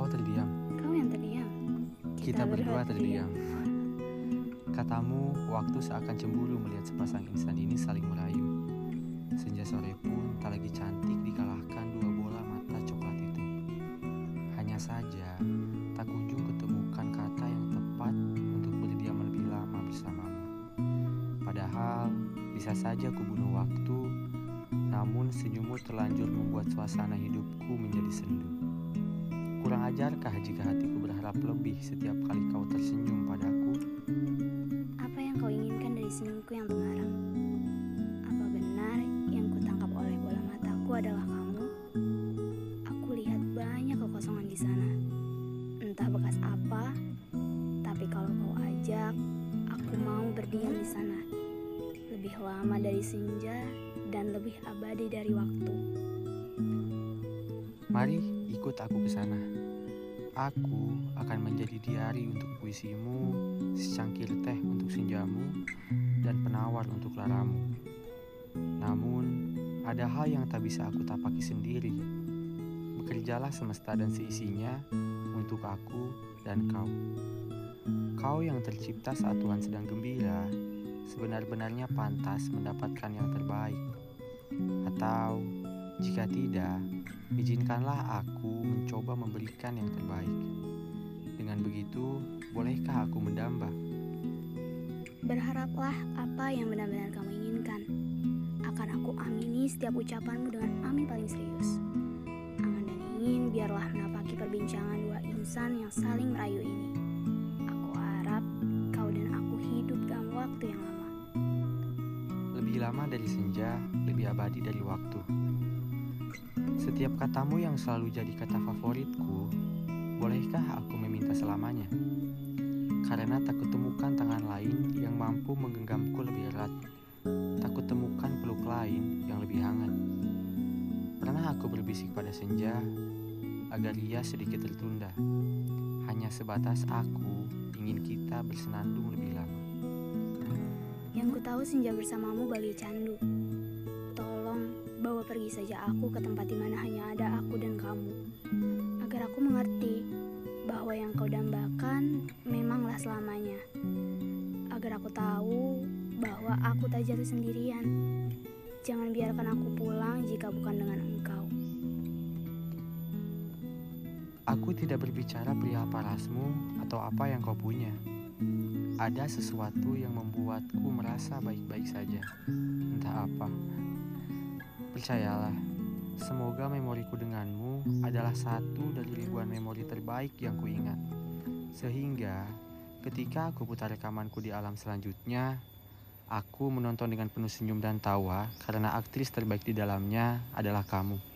Kau terdiam. Kau yang terdiam. Kita berdua terdiam. Katamu, waktu seakan cemburu melihat sepasang insan ini saling merayu. Senja sore pun tak lagi cantik dikalahkan dua bola mata coklat itu. Hanya saja, tak kunjung ketemukan kata yang tepat untuk berdiam lebih lama bersamamu. Padahal, bisa saja ku bunuh waktu, namun senyummu terlanjur membuat suasana hidupku menjadi sendu. Kurang ajarkah jika hatiku berharap lebih setiap kali kau tersenyum padaku? Apa yang kau inginkan dari senyumku yang tengarang? Apa benar yang kutangkap oleh bola mataku adalah kamu? Aku lihat banyak kekosongan di sana. Entah bekas apa, tapi kalau kau ajak, aku mau berdiam di sana. Lebih lama dari senja dan lebih abadi dari waktu. Mari ikut aku ke sana. Aku akan menjadi diari untuk puisimu, secangkir teh untuk senjamu, dan penawar untuk laramu. Namun, ada hal yang tak bisa aku tapaki sendiri. Bekerjalah semesta dan seisinya untuk aku dan kau. Kau yang tercipta saat Tuhan sedang gembira, sebenar-benarnya pantas mendapatkan yang terbaik. Atau, jika tidak, izinkanlah aku mencoba memberikan yang terbaik. Dengan begitu, bolehkah aku mendamba? Berharaplah apa yang benar-benar kamu inginkan. Akan aku amini setiap ucapanmu dengan amin paling serius. Angan dan ingin biarlah menapaki perbincangan dua insan yang saling merayu ini. Aku harap kau dan aku hidup dalam waktu yang lama. Lebih lama dari senja, lebih abadi dari waktu. Setiap katamu yang selalu jadi kata favoritku, bolehkah aku meminta selamanya? Karena tak kutemukan tangan lain yang mampu menggenggamku lebih erat. Tak kutemukan peluk lain yang lebih hangat. Pernah aku berbisik pada senja, agar ia sedikit tertunda. Hanya sebatas aku ingin kita bersenandung lebih lama. Yang ku tahu senja bersamamu bagai candu. Tolong bawa pergi saja aku ke tempat di mana hanya ada aku dan kamu. Agar aku mengerti bahwa yang kau dambakan memanglah selamanya. Agar aku tahu bahwa aku tak jatuh sendirian. Jangan biarkan aku pulang jika bukan dengan engkau. Aku tidak berbicara perihal parasmu atau apa yang kau punya. Ada sesuatu yang membuatku merasa baik-baik saja. Entah apa. Percayalah, semoga memoriku denganmu adalah satu dari ribuan memori terbaik yang kuingat. Sehingga ketika aku putar rekamanku di alam selanjutnya, aku menonton dengan penuh senyum dan tawa karena aktris terbaik di dalamnya adalah kamu.